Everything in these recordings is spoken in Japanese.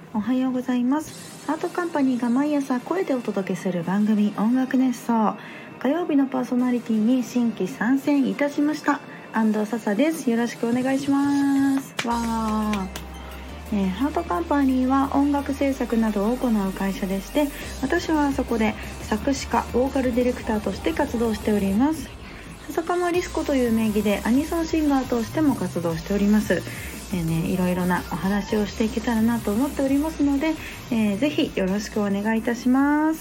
おはようございます。ハートカンパニーが毎朝声でお届けする番組音楽熱奏、火曜日のパーソナリティに新規参戦いたしました安藤笹です。よろしくお願いします。ハートカンパニーは音楽制作などを行う会社でして、私はそこで作詞家ボーカルディレクターとして活動しております。笹鎌リスコという名義でアニソンシンガーとしても活動しております。いろいろなお話をしていけたらなと思っておりますので、ぜひよろしくお願いいたします。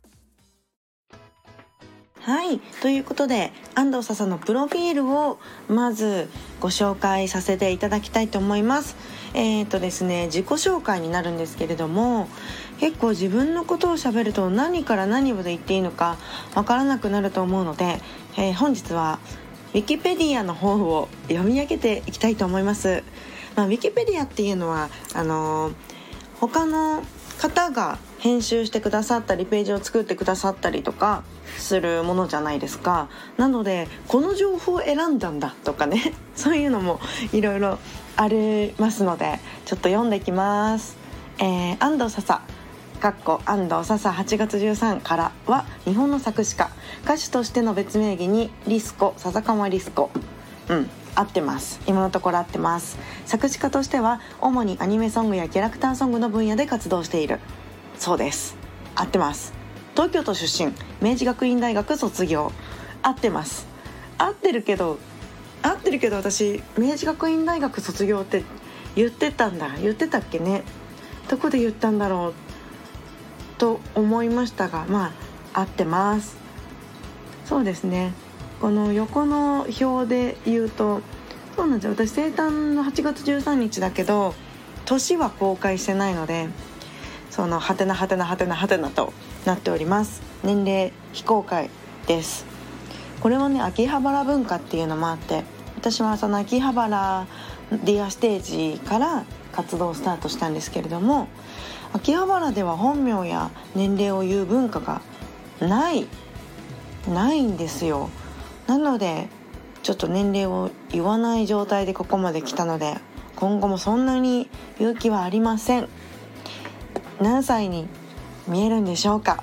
はい、ということで安藤笹のプロフィールをまずご紹介させていただきたいと思います。ですね、自己紹介になるんですけれども、結構自分のことを喋ると何から何まで言っていいのかわからなくなると思うので、本日はウィキペディアの方を読み上げていきたいと思います。ウィキペディアっていうのは他の方が編集してくださったりページを作ってくださったりとかするものじゃないですか。なのでこの情報を選んだんだとかねそういうのもいろいろありますので、ちょっと読んでいきます。安藤笹安藤笹8月13からは日本の作詞家、歌手としての別名義にリスコ、笹鎌リスコ、合ってます。今のところ合ってます。作詞家としては主にアニメソングやキャラクターソングの分野で活動しているそうです。合ってます。東京都出身、明治学院大学卒業、合ってます。合ってるけど私明治学院大学卒業って言ってたっけね。どこで言ったんだろうと思いましたが、合ってます。そうですね、この横の表で言うとそうなんですよ。私生誕の8月13日だけど年は公開してないので、そのハテナハテナハテナハテナとなっております。年齢非公開です。これはね、秋葉原文化っていうのもあって、私はその秋葉原ディアステージから活動をスタートしたんですけれども、秋葉原では本名や年齢を言う文化がないんですよ。なのでちょっと年齢を言わない状態でここまで来たので、今後もそんなに勇気はありません。何歳に見えるんでしょうか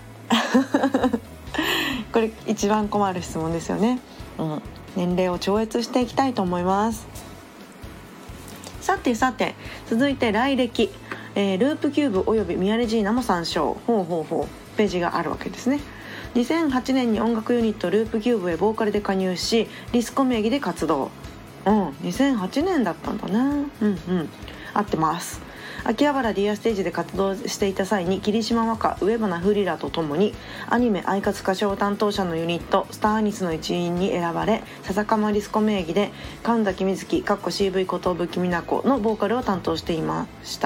これ一番困る質問ですよね。年齢を超越していきたいと思います。さて続いて来歴、ループキューブおよびミヤレジーナも参照。ページがあるわけですね。2008年に音楽ユニットループキューブへボーカルで加入し、リスコ名義で活動。2008年だったんだな。合ってます。秋葉原ディアステージで活動していた際に霧島和歌、上花フリラとともにアニメアイカツ歌唱担当者のユニットスターアニスの一員に選ばれ、笹鎌リスコ名義で神崎瑞希CV 寿美奈子のボーカルを担当していました。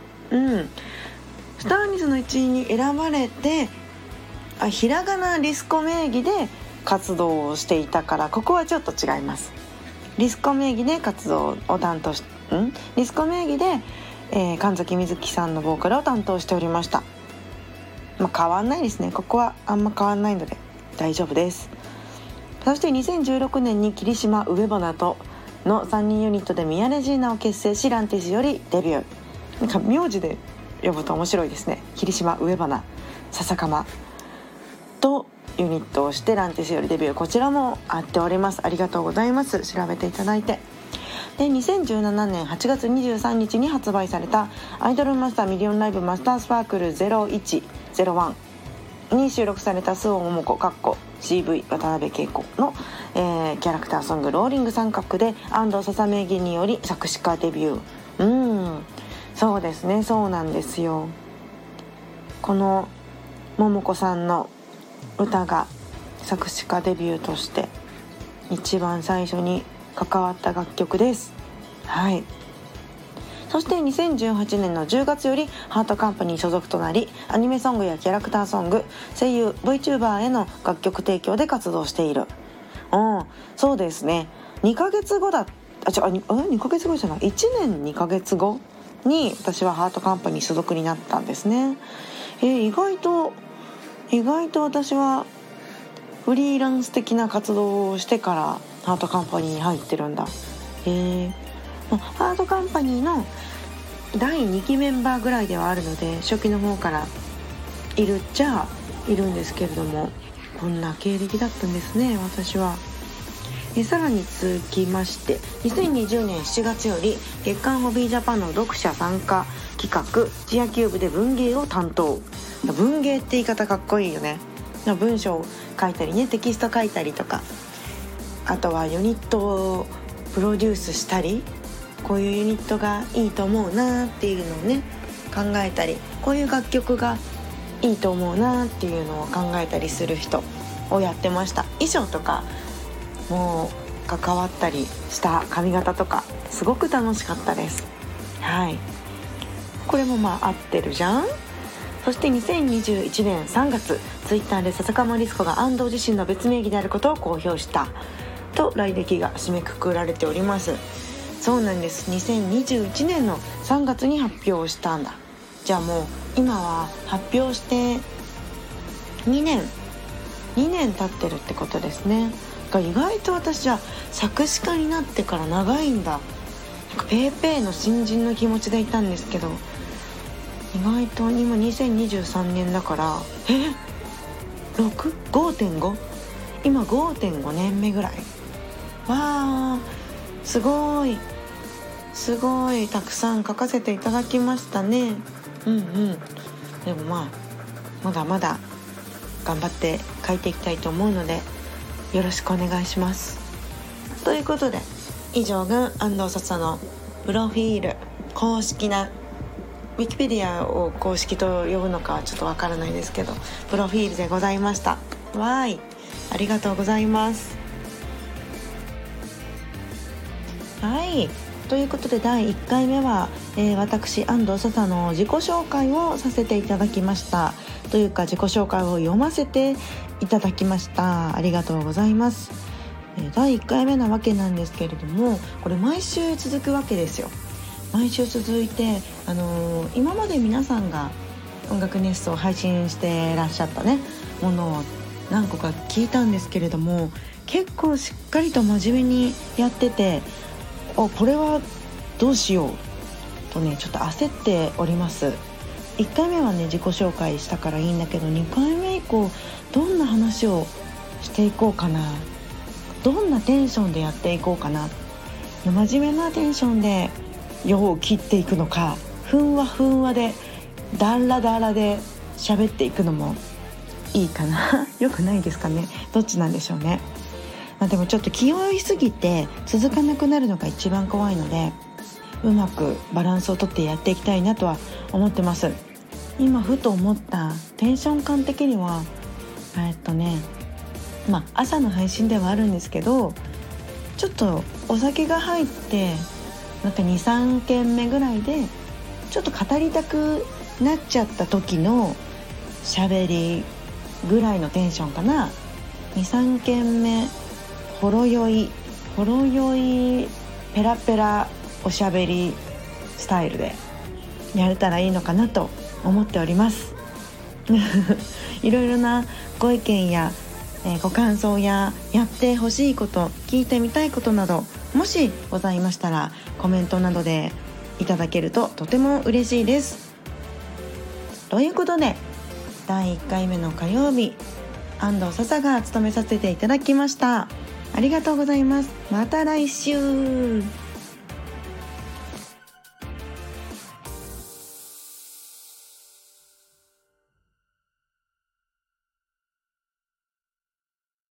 スターアニスの一員に選ばれて、ひらがなリスコ名義で活動をしていたから、ここはちょっと違います。リスコ名義で活動を担当しリスコ名義で神崎瑞希さんのボーカルを担当しておりました。変わんないですね。ここはあんま変わんないので大丈夫です。そして2016年に霧島上花との3人ユニットでミヤレジーナを結成し、ランティスよりデビュー。名字で呼ぶと面白いですね。霧島上花、笹鎌とユニットをしてランティスよりデビュー。こちらも合っております。ありがとうございます。調べていただいて。で、2017年8月23日に発売されたアイドルマスターミリオンライブマスタースパークル0101に収録された周防桃子 CV 渡辺恵子の、キャラクターソングローリング三角で安藤笹名義により作詞家デビュー。そうですね、そうなんですよ。この桃子さんの歌が作詞家デビューとして一番最初に関わった楽曲です。そして2018年の10月よりハートカンパニー所属となり、アニメソングやキャラクターソング、声優 VTuber への楽曲提供で活動している。そうですね、2ヶ月後1年2ヶ月後に私はハートカンパニー所属になったんですね。意外と私はフリーランス的な活動をしてからハートカンパニーに入ってるんだ。ハートカンパニーの第2期メンバーぐらいではあるので、初期の方からいるっちゃいるんですけれども、こんな経歴だったんですね、私は。さらに続きまして、2020年7月より月刊ホビージャパンの読者参加企画チアキューブで文芸を担当。文芸って言い方かっこいいよね。文章を書いたりね、テキスト書いたりとか、あとはユニットをプロデュースしたり、こういうユニットがいいと思うなっていうのをね考えたり、こういう楽曲がいいと思うなっていうのを考えたりする人をやってました。衣装とかもう関わったりした髪型とかすごく楽しかったです。はい、これも合ってるじゃん。そして2021年3月、ツイッターで笹川律子が安藤自身の別名義であることを公表したと来歴が締めくくられております。そうなんです。2021年の3月に発表したんだ。じゃあもう今は発表して2年経ってるってことですね。意外と私は作詞家になってから長いんだ。ペーペーの新人の気持ちでいたんですけど、意外と今2023年だから 5.5 今 5.5 年目ぐらい。わー、すごいたくさん書かせていただきましたね。でもまだまだ頑張って書いていきたいと思うのでよろしくお願いします。ということで、以上が安藤笹のプロフィール、公式なウィキペディアを公式と呼ぶのかはちょっとわからないですけど、プロフィールでございました。わーい、ありがとうございます。はい、ということで第1回目は、私安藤笹の自己紹介をさせていただきました。というか自己紹介を読ませていただきました。ありがとうございます。第1回目なわけなんですけれども、これ毎週続くわけですよ。毎週続いて、今まで皆さんが音楽ネストを配信してらっしゃったねものを何個か聞いたんですけれども、結構しっかりと真面目にやってて、これはどうしようとねちょっと焦っております。1回目はね自己紹介したからいいんだけど、2回目以降どんな話をしていこうかな、どんなテンションでやっていこうかな、真面目なテンションで世を切っていくのか、ふんわでだらで喋っていくのもいいかなよくないですかね。どっちなんでしょうね。でもちょっと気負いすぎて続かなくなるのが一番怖いので、うまくバランスをとってやっていきたいなとは思ってます。今ふと思ったテンション感的には朝の配信ではあるんですけど、ちょっとお酒が入って2,3 件目ぐらいでちょっと語りたくなっちゃった時の喋りぐらいのテンションかな。 2,3 件目ほろ酔いペラペラおしゃべりスタイルでやれたらいいのかなと思っておりますいろいろなご意見や、ご感想ややってほしいこと、聞いてみたいことなどもしございましたらコメントなどでいただけるととても嬉しいです。ということで第1回目の火曜日、安藤笹が務めさせていただきました。ありがとうございます。また来週。